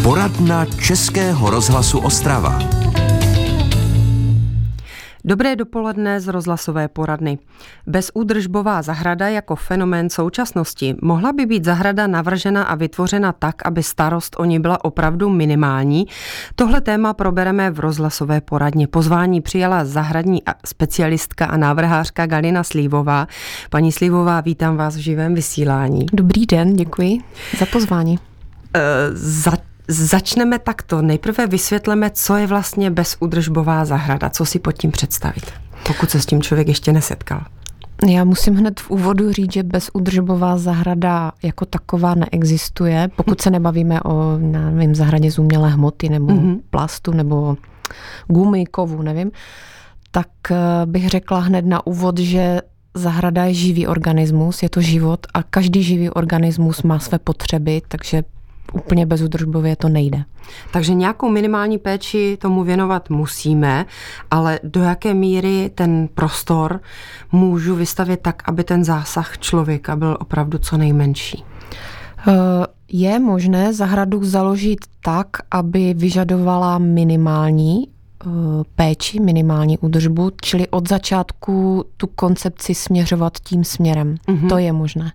Poradna Českého rozhlasu Ostrava. Dobré dopoledne z rozhlasové poradny. Bezúdržbová zahrada jako fenomén současnosti. Mohla by být zahrada navržena a vytvořena tak, aby starost o ní byla opravdu minimální? Tohle téma probereme v rozhlasové poradně. Pozvání přijala zahradní specialistka a návrhářka Galina Slívová. Paní Slívová, vítám vás v živém vysílání. Dobrý den, děkuji za pozvání. Začneme takto. Nejprve vysvětleme, co je vlastně bezúdržbová zahrada. Co si pod tím představit, pokud se s tím člověk ještě nesetkal? Já musím hned v úvodu říct, že bezúdržbová zahrada jako taková neexistuje, pokud se nebavíme o zahradě z umělé hmoty nebo plastu nebo gumy, kovu, nevím, tak bych řekla hned na úvod, že zahrada je živý organismus, je to život a každý živý organismus má své potřeby, takže úplně bezúdržbově to nejde. Takže nějakou minimální péči tomu věnovat musíme, ale do jaké míry ten prostor můžu vystavět tak, aby ten zásah člověka byl opravdu co nejmenší? Je možné zahradu založit tak, aby vyžadovala minimální péči, minimální údržbu, čili od začátku tu koncepci směřovat tím směrem. To je možné.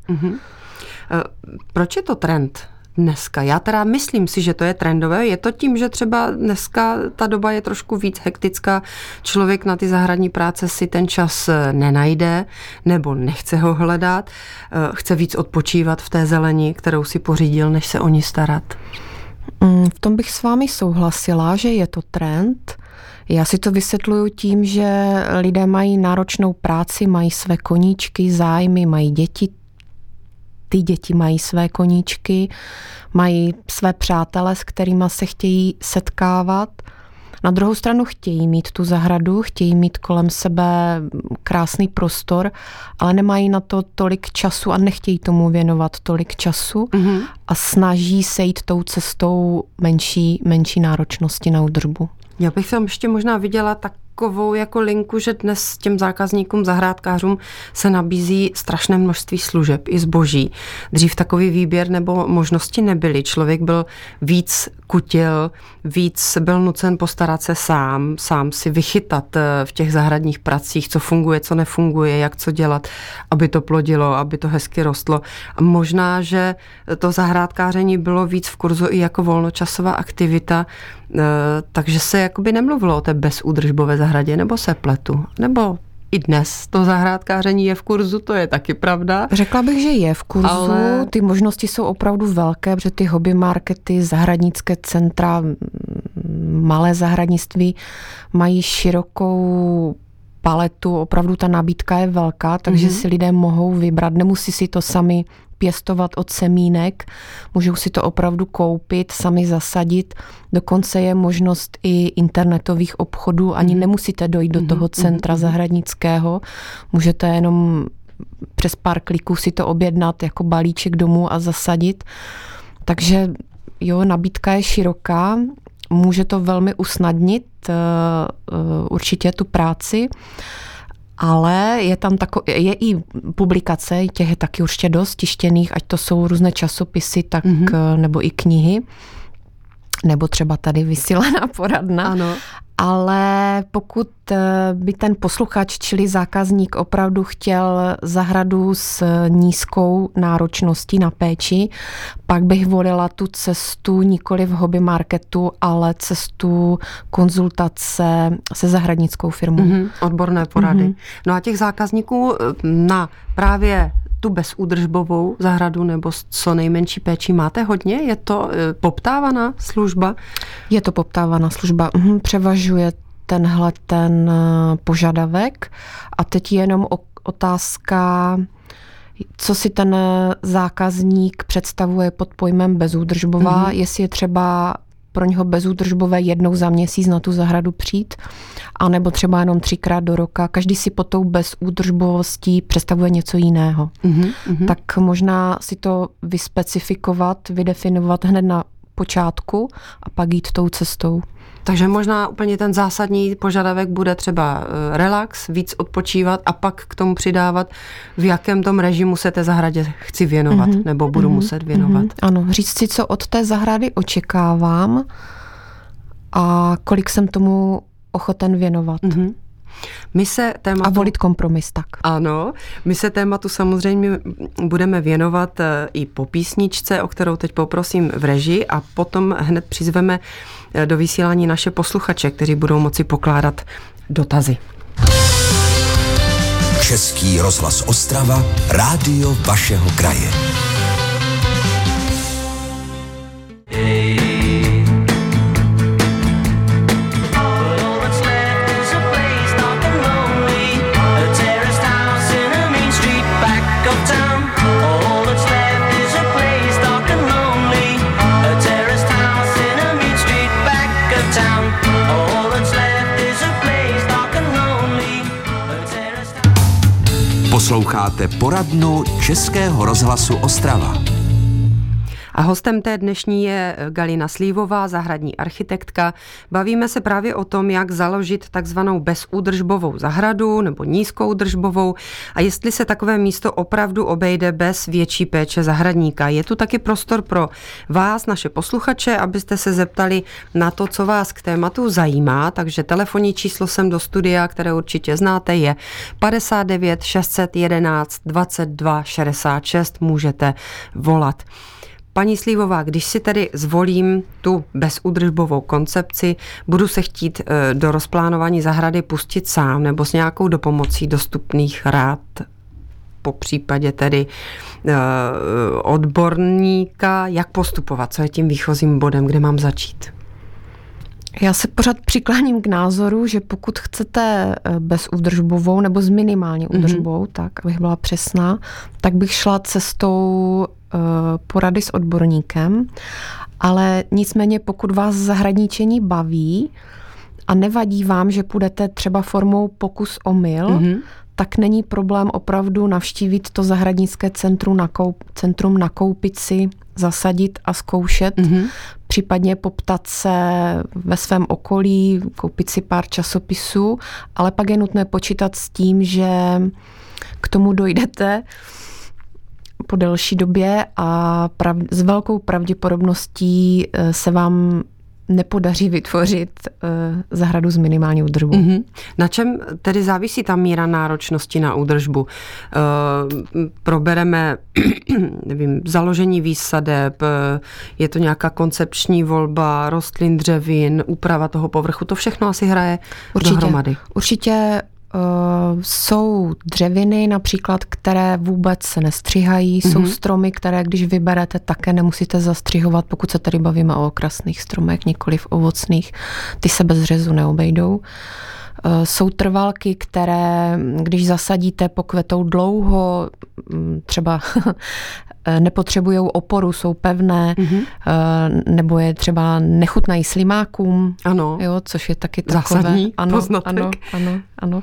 Proč je to trend dneska? Já teda myslím si, že to je trendové. Je to tím, že třeba dneska ta doba je trošku víc hektická. Člověk na ty zahradní práce si ten čas nenajde nebo nechce ho hledat. Chce víc odpočívat v té zeleni, kterou si pořídil, než se o ní starat. V tom bych s vámi souhlasila, že je to trend. Já si to vysvětluju tím, že lidé mají náročnou práci, mají své koníčky, zájmy, mají děti. Ty děti mají své koníčky, mají své přátele, s kterými se chtějí setkávat. Na druhou stranu chtějí mít tu zahradu, chtějí mít kolem sebe krásný prostor, ale nemají na to tolik času a nechtějí tomu věnovat tolik času a snaží se jít tou cestou menší náročnosti na údržbu. Já bych tam ještě možná viděla takovou jako linku, že dnes těm zákazníkům, zahrádkářům se nabízí strašné množství služeb i zboží. Dřív takový výběr nebo možnosti nebyly. Člověk byl víc kutil, víc byl nucen postarat se sám si vychytat v těch zahradních pracích, co funguje, co nefunguje, jak co dělat, aby to plodilo, aby to hezky rostlo. A možná, že to zahrádkáření bylo víc v kurzu i jako volnočasová aktivita, takže se jakoby nemluvilo o té bezúdržbové zahradě, nebo se pletu, nebo i dnes to zahrádkáření je v kurzu, to je taky pravda. Řekla bych, že je v kurzu, ty možnosti jsou opravdu velké, protože ty hobby markety, zahradnické centra, malé zahradnictví mají širokou paletu, opravdu ta nabídka je velká, takže si lidé mohou vybrat, nemusí si to sami pěstovat od semínek, můžou si to opravdu koupit, sami zasadit. Dokonce je možnost i internetových obchodů, ani nemusíte dojít do toho centra zahradnického, můžete jenom přes pár kliků si to objednat jako balíček domů a zasadit. Takže jo, nabídka je široká, může to velmi usnadnit určitě tu práci. Ale je tam je i publikace, těch je taky určitě dost tištěných, ať to jsou různé časopisy, tak nebo i knihy, nebo třeba tady vysílaná poradna. Ano. Ale pokud by ten posluchač, čili zákazník opravdu chtěl zahradu s nízkou náročností na péči, pak bych volila tu cestu nikoli v hobby marketu, ale cestu konzultace se zahradnickou firmou. Odborné porady. No a těch zákazníků na právě tu bezúdržbovou zahradu nebo co nejmenší péči máte hodně? Je to poptávaná služba? Je to poptávaná služba. Převažuje ten požadavek a teď je jenom otázka, co si ten zákazník představuje pod pojmem bezúdržbová, jestli je třeba pro něho bezúdržbové jednou za měsíc na tu zahradu přijít, anebo třeba jenom 3krát do roka. Každý si pod tou bezúdržbovostí představuje něco jiného. Tak možná si to vyspecifikovat, vydefinovat hned na počátku a pak jít tou cestou. Takže možná úplně ten zásadní požadavek bude třeba relax, víc odpočívat a pak k tomu přidávat, v jakém tom režimu se té zahradě chci věnovat, nebo budu muset věnovat. Ano, říct si, co od té zahrady očekávám a kolik jsem tomu ochoten věnovat. My se tématu... A volit kompromis, tak. Ano, my se tématu samozřejmě budeme věnovat i po písničce, o kterou teď poprosím v režii, a potom hned přizveme do vysílání naše posluchače, kteří budou moci pokládat dotazy. Český rozhlas Ostrava, rádio vašeho kraje. Posloucháte poradnu Českého rozhlasu Ostrava. A hostem té dnešní je Galina Slívová, zahradní architektka. Bavíme se právě o tom, jak založit takzvanou bezúdržbovou zahradu nebo nízkoúdržbovou a jestli se takové místo opravdu obejde bez větší péče zahradníka. Je tu taky prostor pro vás, naše posluchače, abyste se zeptali na to, co vás k tématu zajímá, takže telefonní číslo sem do studia, které určitě znáte, je 59 611 22 66, můžete volat. Paní Slívová, když si tedy zvolím tu bezúdržbovou koncepci, budu se chtít do rozplánování zahrady pustit sám nebo s nějakou dopomocí dostupných rád, po případě tedy odborníka, jak postupovat, co je tím výchozím bodem, kde mám začít? Já se pořád přikláním k názoru, že pokud chcete bezúdržbovou nebo s minimální údržbou, tak abych byla přesná, tak bych šla cestou porady s odborníkem, ale nicméně pokud vás zahradničení baví a nevadí vám, že půjdete třeba formou pokus omyl, tak není problém opravdu navštívit to zahradnické centrum, nakoupit si, zasadit a zkoušet, případně poptat se ve svém okolí, koupit si pár časopisů, ale pak je nutné počítat s tím, že k tomu dojdete po delší době a s velkou pravděpodobností se vám nepodaří vytvořit zahradu s minimální údržbou. Na čem tedy závisí ta míra náročnosti na údržbu? Probereme, nevím, založení výsadeb, je to nějaká koncepční volba rostlin, dřevin, úprava toho povrchu, to všechno asi hraje dohromady. Určitě jsou dřeviny například, které vůbec se nestřihají, jsou stromy, které když vyberete, také nemusíte zastřihovat, pokud se tady bavíme o okrasných stromech, nikoliv ovocných, ty se bez řezu neobejdou. Jsou trvalky, které, když zasadíte, pokvetou dlouho, třeba nepotřebují oporu, jsou pevné, nebo je třeba nechutnají slimákům, ano. Jo, což je taky takové. Zásadní poznatek. Ano.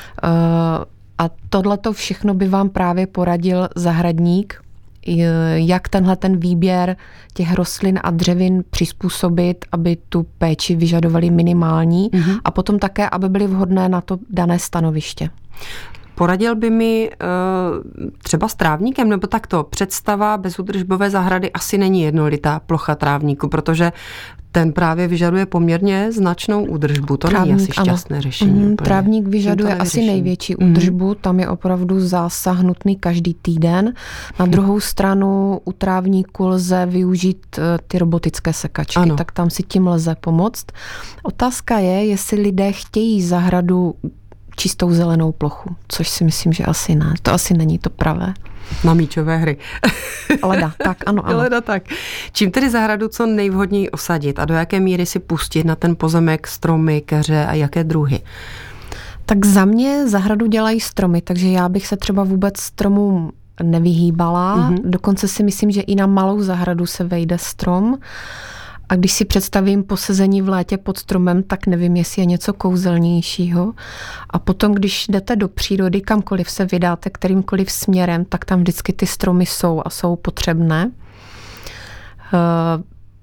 A tohleto všechno by vám právě poradil zahradník, jak tenhle ten výběr těch rostlin a dřevin přizpůsobit, aby tu péči vyžadovali minimální a potom také, aby byly vhodné na to dané stanoviště. Poradil by mi třeba s trávníkem, nebo takto představa bezúdržbové zahrady asi není jednolitá plocha trávníku, protože ten právě vyžaduje poměrně značnou údržbu. To není asi šťastné řešení. Trávník vyžaduje asi největší údržbu, tam je opravdu zásah nutný každý týden. Na druhou stranu u trávníku lze využít ty robotické sekačky, tak tam si tím lze pomoct. Otázka je, jestli lidé chtějí zahradu čistou zelenou plochu, což si myslím, že asi ne. To asi není to pravé. Na míčové hry. Leda, tak ano. Leda, tak. Čím tedy zahradu co nejvhodněji osadit a do jaké míry si pustit na ten pozemek stromy, keře a jaké druhy? Tak za mě zahradu dělají stromy, takže já bych se třeba vůbec stromům nevyhýbala. Dokonce si myslím, že i na malou zahradu se vejde strom. A když si představím posezení v létě pod stromem, tak nevím, jestli je něco kouzelnějšího. A potom, když jdete do přírody, kamkoliv se vydáte, kterýmkoliv směrem, tak tam vždycky ty stromy jsou a jsou potřebné.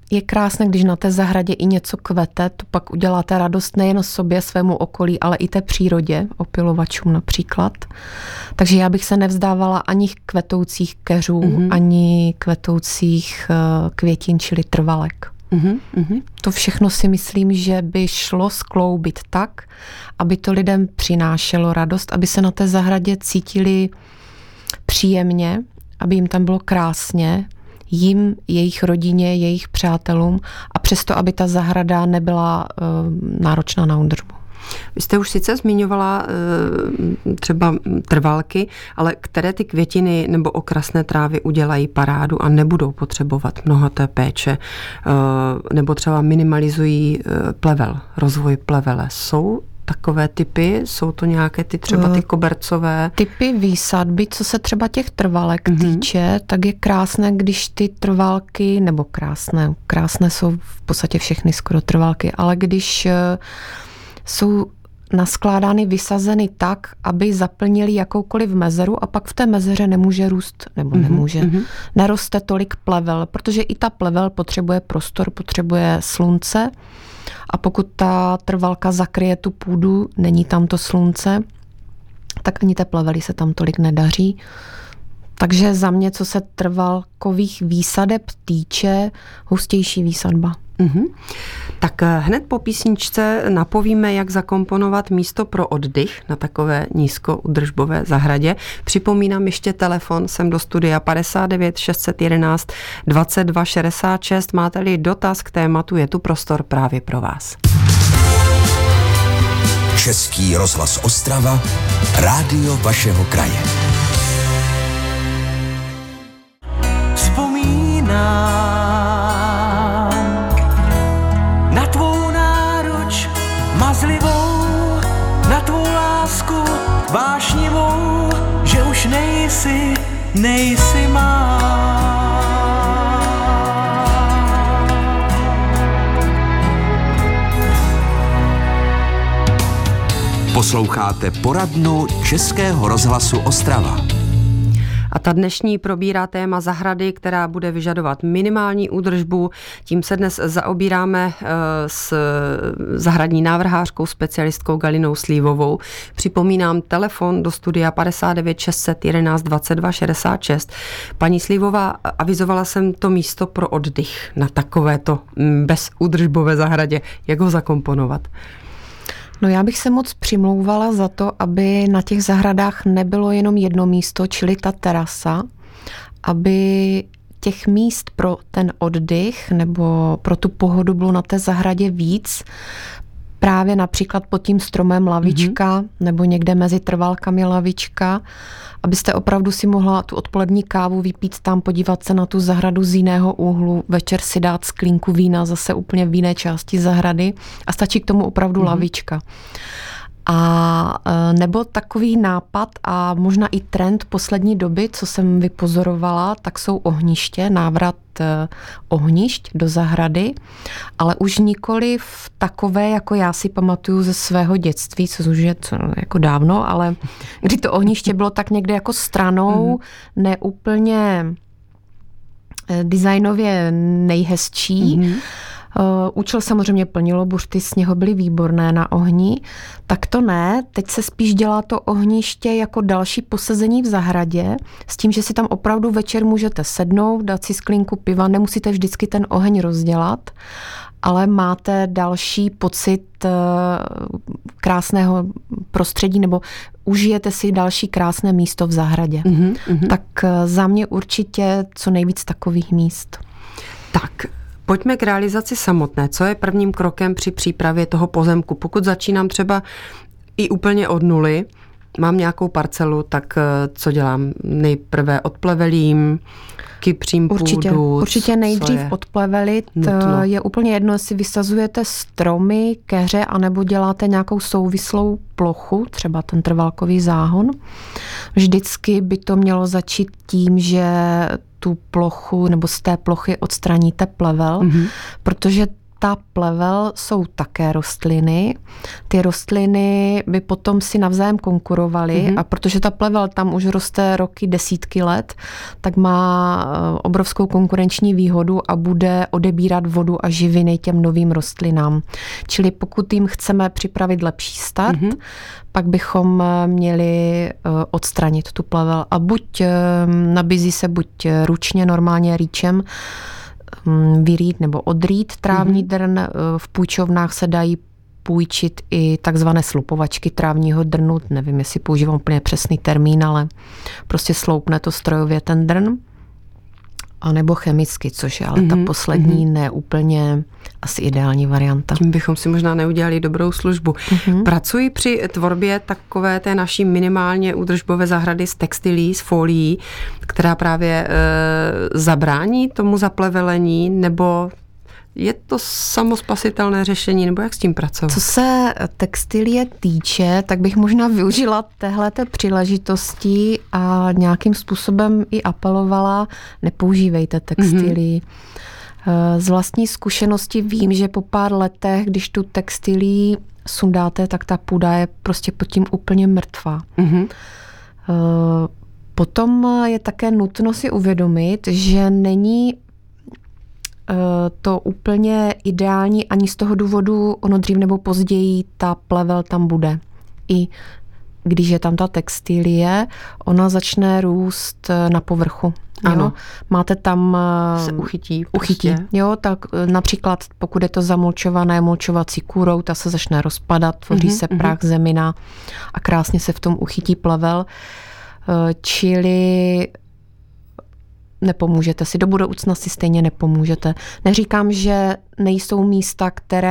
je krásné, když na té zahradě i něco kvete, to pak uděláte radost nejen sobě, svému okolí, ale i té přírodě, opylovačům například. Takže já bych se nevzdávala ani kvetoucích keřů, ani kvetoucích květin, čili trvalek. To všechno si myslím, že by šlo skloubit tak, aby to lidem přinášelo radost, aby se na té zahradě cítili příjemně, aby jim tam bylo krásně, jim, jejich rodině, jejich přátelům a přesto, aby ta zahrada nebyla náročná na údržbu. Vy jste už sice zmiňovala třeba trvalky, ale které ty květiny nebo okrasné trávy udělají parádu a nebudou potřebovat mnoho té péče, nebo třeba minimalizují plevel, rozvoj plevele. Jsou takové typy? Jsou to nějaké třeba ty kobercové? Typy výsadby, co se třeba těch trvalek týče, tak je krásné, když ty trvalky, nebo krásné jsou v podstatě všechny skoro trvalky, ale když jsou naskládány, vysazeny tak, aby zaplnili jakoukoliv mezeru a pak v té mezeře nemůže růst, nebo neroste tolik plevel, protože i ta plevel potřebuje prostor, potřebuje slunce a pokud ta trvalka zakryje tu půdu, není tam to slunce, tak ani té plevely se tam tolik nedaří. Takže za mě, co se trvalkových výsadeb týče, hustější výsadba. Tak hned po písničce napovíme, jak zakomponovat místo pro oddych na takové nízkoúdržbové zahradě. Připomínám ještě telefon sem do studia 59 611 22 66. Máte-li dotaz k tématu, je tu prostor právě pro vás. Český rozhlas Ostrava, rádio vašeho kraje. Na tvou náruč mazlivou, na tvou lásku vášnivou, že už nejsi má. Posloucháte poradnu Českého rozhlasu Ostrava. A ta dnešní probírá téma zahrady, která bude vyžadovat minimální údržbu. Tím se dnes zaobíráme s zahradní návrhářkou, specialistkou Galinou Slívovou. Připomínám telefon do studia 59 611 22 66. Paní Slívová, avizovala jsem to místo pro oddych na takovéto bezúdržbové zahradě. Jak ho zakomponovat? No já bych se moc přimlouvala za to, aby na těch zahradách nebylo jenom jedno místo, čili ta terasa, aby těch míst pro ten oddych nebo pro tu pohodu bylo na té zahradě víc. Právě například pod tím stromem lavička nebo někde mezi trvalkami lavička, abyste opravdu si mohla tu odpolední kávu vypít tam, podívat se na tu zahradu z jiného úhlu, večer si dát sklínku vína zase úplně v jiné části zahrady a stačí k tomu opravdu lavička. A nebo takový nápad a možná i trend poslední doby, co jsem vypozorovala, tak jsou ohniště, návrat ohnišť do zahrady, ale už nikoli v takové, jako já si pamatuju ze svého dětství, co už je jako dávno, ale kdy to ohniště bylo tak někde jako stranou, neúplně designově nejhezčí. Účel samozřejmě plnilo, buřty sněho byly výborné na ohni, tak to ne, teď se spíš dělá to ohniště jako další posezení v zahradě, s tím, že si tam opravdu večer můžete sednout, dát si sklínku piva, nemusíte vždycky ten oheň rozdělat, ale máte další pocit krásného prostředí nebo užijete si další krásné místo v zahradě. Tak za mě určitě co nejvíc takových míst. Tak, pojďme k realizaci samotné. Co je prvním krokem při přípravě toho pozemku? Pokud začínám třeba i úplně od nuly, mám nějakou parcelu, tak co dělám? Nejprve odplevelím, kypřím půdu. Určitě nejdřív odplevelit. Je úplně jedno, jestli vysazujete stromy, keře, anebo děláte nějakou souvislou plochu, třeba ten trvalkový záhon. Vždycky by to mělo začít tím, že tu plochu nebo z té plochy odstraníte plevel, protože ta plevel jsou také rostliny. Ty rostliny by potom si navzájem konkurovaly a protože ta plevel tam už roste roky, desítky let, tak má obrovskou konkurenční výhodu a bude odebírat vodu a živiny těm novým rostlinám. Čili pokud jim chceme připravit lepší start, pak bychom měli odstranit tu plevel. A buď nabízí se buď ručně, normálně rýčem, vyrít nebo odrít trávní drn. V půjčovnách se dají půjčit i takzvané slupovačky trávního drnu. Nevím, jestli používám úplně přesný termín, ale prostě sloupne to strojově ten drn. A nebo chemicky, což je ale ta poslední ne úplně asi ideální varianta. Tím bychom si možná neudělali dobrou službu. Pracuji při tvorbě takové té naší minimálně údržbové zahrady z textilí, z folií, která právě zabrání tomu zaplevelení, nebo je to samospasitelné řešení, nebo jak s tím pracovat? Co se textilie týče, tak bych možná využila téhleté příležitosti a nějakým způsobem i apelovala, nepoužívejte textilii. Z vlastní zkušenosti vím, že po pár letech, když tu textilii sundáte, tak ta půda je prostě pod tím úplně mrtvá. Potom je také nutno si uvědomit, že není to úplně ideální ani z toho důvodu, ono dřív nebo později ta plevel tam bude. I když je tam ta textilie, ona začne růst na povrchu. Ano. Jo? Máte tam... Se uchytí. Jo, tak například pokud je to zamulčované mulčovací kůrou, ta se začne rozpadat, tvoří se prach, zemina a krásně se v tom uchytí plevel. Čili nepomůžete si. Do budoucna si stejně nepomůžete. Neříkám, že nejsou místa,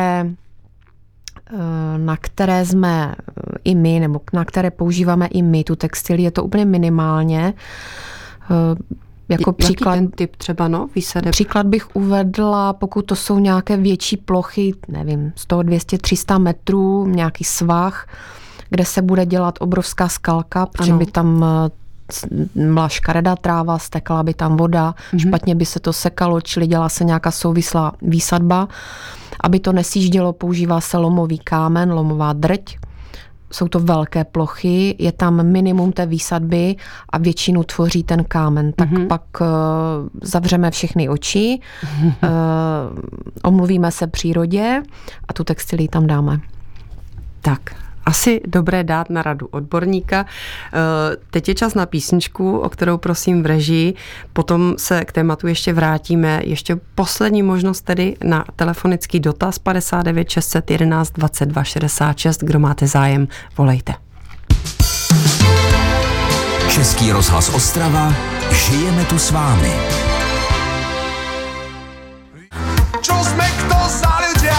na které jsme i my, nebo na které používáme i my tu textilii. Je to úplně minimálně. Jako příklad, ten typ třeba, výsadeb? Příklad bych uvedla, pokud to jsou nějaké větší plochy, nevím, 100, 200, 300 metrů, nějaký svah, kde se bude dělat obrovská skalka, protože by tam byla škaredá tráva, stekla by tam voda, špatně by se to sekalo, čili dělá se nějaká souvislá výsadba. Aby to nesjíždělo, používá se lomový kámen, lomová drť. Jsou to velké plochy, je tam minimum té výsadby a většinu tvoří ten kámen. Tak pak zavřeme všechny oči, omluvíme se přírodě a tu textilii tam dáme. Tak, asi dobré dát na radu odborníka. Teď je čas na písničku, o kterou prosím v režii. Potom se k tématu ještě vrátíme. Ještě poslední možnost tedy na telefonický dotaz 59 611 22 66. Kdo máte zájem, volejte. Český rozhlas Ostrava. Žijeme tu s vámi. Čo sme kto za ľudia?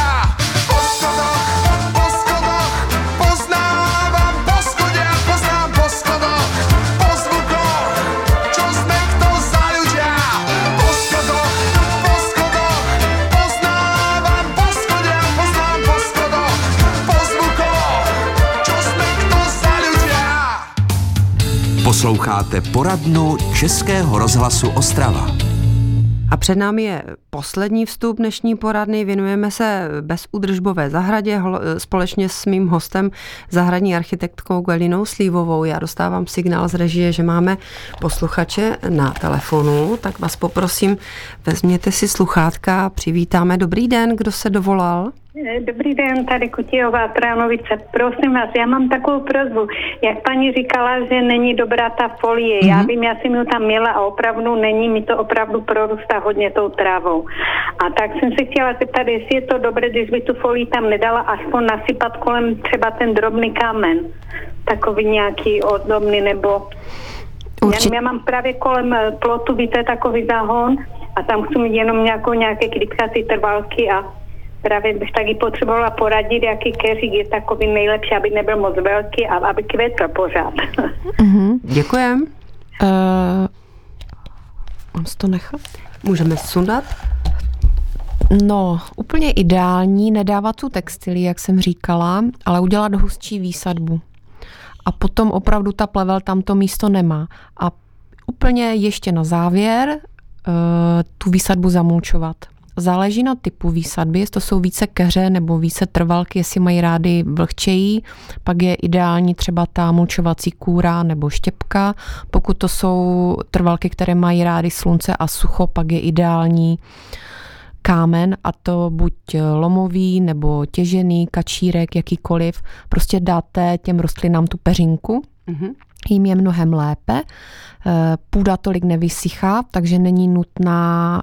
Posloucháte poradnu Českého rozhlasu Ostrava. A před námi je poslední vstup dnešní poradny. Věnujeme se bezúdržbové zahradě společně s mým hostem, zahradní architektkou Galinou Slívovou. Já dostávám signál z režie, že máme posluchače na telefonu, tak vás poprosím, vezměte si sluchátka, přivítáme. Dobrý den, kdo se dovolal? Dobrý den, tady Kutějová Tránovice. Prosím vás, já mám takovou prosbu. Jak paní říkala, že není dobrá ta folie, já vím, já jsem ji tam měla a opravdu není, mi to opravdu prorůstá hodně tou trávou. A tak jsem se chtěla zeptat, jestli je to dobré, když by tu folii tam nedala, aspoň nasypat kolem třeba ten drobný kámen. Takový nějaký ozdobný nebo... Já mám právě kolem plotu, víte, takový záhon a tam chci mít jenom nějaké klitkací trvalky a právě bych taky potřebovala poradit, jaký keřík je takový nejlepší, aby nebyl moc velký a aby květl pořád. Děkujem. Mám si to nechat? Můžeme sundat? No, úplně ideální nedávat tu textilii, jak jsem říkala, ale udělat hustší výsadbu. A potom opravdu ta plevel tam to místo nemá. A úplně ještě na závěr tu výsadbu zamulčovat. záleží na typu výsadby, jestli to jsou více keře nebo více trvalky, jestli mají rády vlhčejí, pak je ideální třeba ta mulčovací kůra nebo štěpka. Pokud to jsou trvalky, které mají rády slunce a sucho, pak je ideální kámen, a to buď lomový nebo těžený, kačírek, jakýkoliv. Prostě dáte těm rostlinám tu peřinku, jim je mnohem lépe. Půda tolik nevysychá, takže není nutná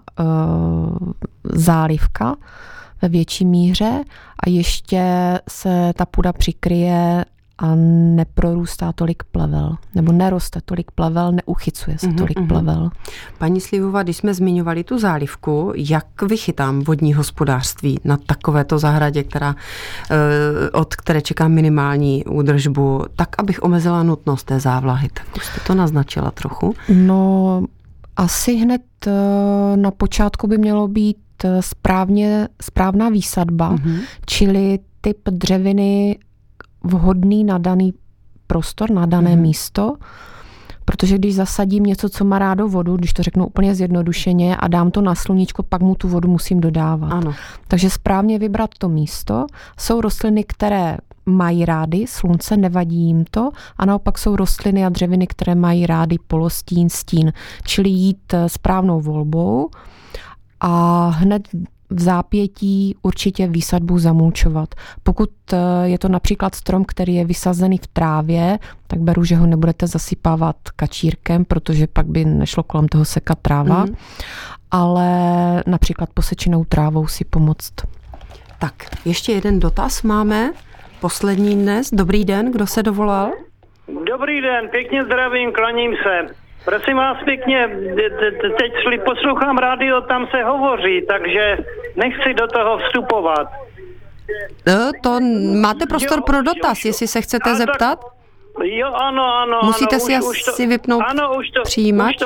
zálivka ve větší míře a ještě se ta půda přikryje a neprorůstá tolik plevel, nebo neroste tolik plevel, neuchycuje se tolik plevel. Paní Slivová, když jsme zmiňovali tu zálivku, jak vychytám vodní hospodářství na takovéto zahradě, od které čekám minimální údržbu, tak, abych omezila nutnost té závlahy? Tak už jste to naznačila trochu. No, asi hned na počátku by mělo být správná výsadba, čili typ dřeviny vhodný na daný prostor, na dané místo, protože když zasadím něco, co má rádo vodu, když to řeknu úplně zjednodušeně a dám to na sluníčko, pak mu tu vodu musím dodávat. Ano. Takže správně vybrat to místo. Jsou rostliny, které mají rády slunce, nevadí jim to, a naopak jsou rostliny a dřeviny, které mají rády polostín, stín, čili jít správnou volbou a hned v zápětí určitě výsadbu zamulčovat. Pokud je to například strom, který je vysazený v trávě, tak beru, že ho nebudete zasypávat kačírkem, protože pak by nešlo kolem toho sekat tráva, ale například posečenou trávou si pomoct. Tak, ještě jeden dotaz máme, poslední dnes. Dobrý den, kdo se dovolal? Dobrý den, pěkně zdravím, klaním se. Prosím vás pěkně, teď poslouchám rádio, tam se hovoří, takže nechci do toho vstupovat. To máte prostor pro dotaz, jestli se chcete zeptat? Jo, ano. Musíte ano, si asi vypnout přijímač.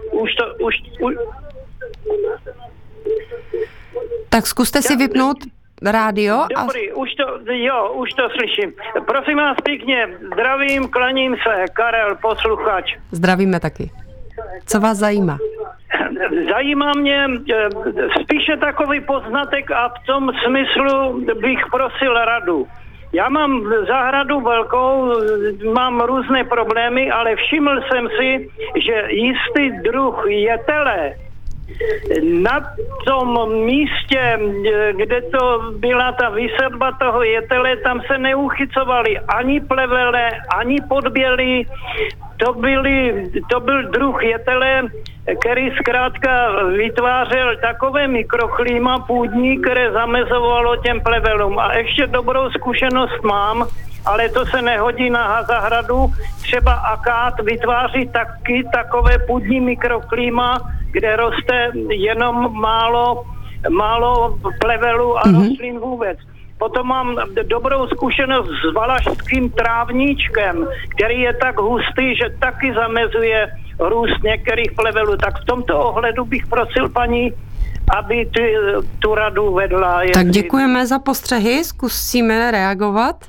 Tak zkuste si vypnout rádio. Dobrý, už to slyším. Prosím vás pěkně, zdravím, klaním se, Karel, posluchač. Zdravíme taky. Co vás zajímá? Zajímá mě spíše takový poznatek a v tom smyslu bych prosil radu. Já mám zahradu velkou, mám různé problémy, ale všiml jsem si, že jistý druh jetele na tom místě, kde to byla ta výsadba toho jetele, tam se neuchycovaly ani plevele, ani podběly. To byl druh jetele, který zkrátka vytvářel takové mikroklima půdní, které zamezovalo těm plevelům. A ještě dobrou zkušenost mám, ale to se nehodí na zahradu. Třeba akát vytváří taky takové půdní mikroklima, kde roste jenom málo plevelů a rostlin vůbec. Potom mám dobrou zkušenost s valašským trávníčkem, který je tak hustý, že taky zamezuje růst některých plevelů. Tak v tomto ohledu bych prosil paní, aby tu radu vedla. Tak děkujeme za postřehy, zkusíme reagovat.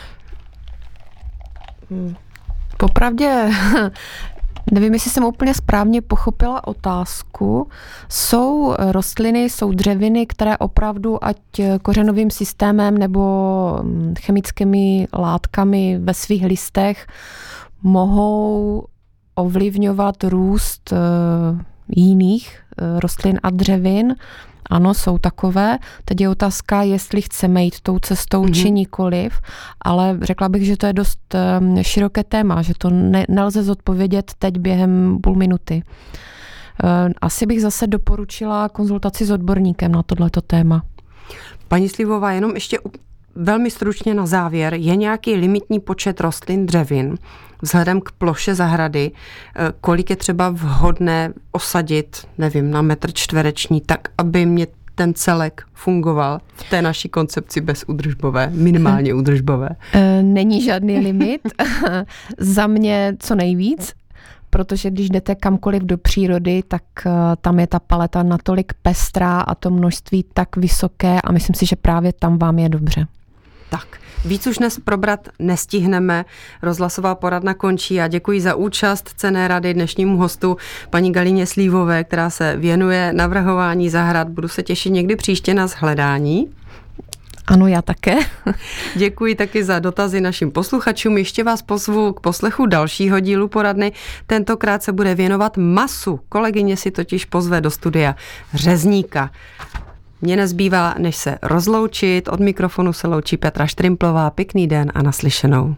Popravdě nevím, jestli jsem úplně správně pochopila otázku. Jsou rostliny, jsou dřeviny, které opravdu ať kořenovým systémem nebo chemickými látkami ve svých listech mohou ovlivňovat růst jiných rostlin a dřevin. Ano, jsou takové. Teď je otázka, jestli chceme jít tou cestou či nikoliv, ale řekla bych, že to je dost široké téma, že to nelze zodpovědět teď během půl minuty. Asi bych zase doporučila konzultaci s odborníkem na tohleto téma. Paní Slivová, jenom ještě velmi stručně na závěr. Je nějaký limitní počet rostlin, dřevin vzhledem k ploše zahrady, kolik je třeba vhodné osadit, nevím, na metr čtvereční, tak, aby mě ten celek fungoval v té naší koncepci bezúdržbové, minimálně údržbové? Není žádný limit. Za mě co nejvíc, protože když jdete kamkoliv do přírody, tak tam je ta paleta natolik pestrá a to množství tak vysoké a myslím si, že právě tam vám je dobře. Tak, víc už dnes probrat nestihneme. Rozhlasová poradna končí a děkuji za účast cenné rady dnešnímu hostu, paní Galině Slívové, která se věnuje navrhování zahrad. Budu se těšit někdy příště na shledání. Ano, já také. Děkuji taky za dotazy našim posluchačům. Ještě vás pozvu k poslechu dalšího dílu poradny. Tentokrát se bude věnovat masu. Kolegyně si totiž pozve do studia řezníka. Mně nezbývá, než se rozloučit. Od mikrofonu se loučí Petra Štrimplová. Pěkný den a naslyšenou.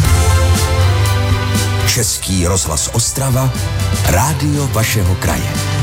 Český rozhlas Ostrava, rádio vašeho kraje.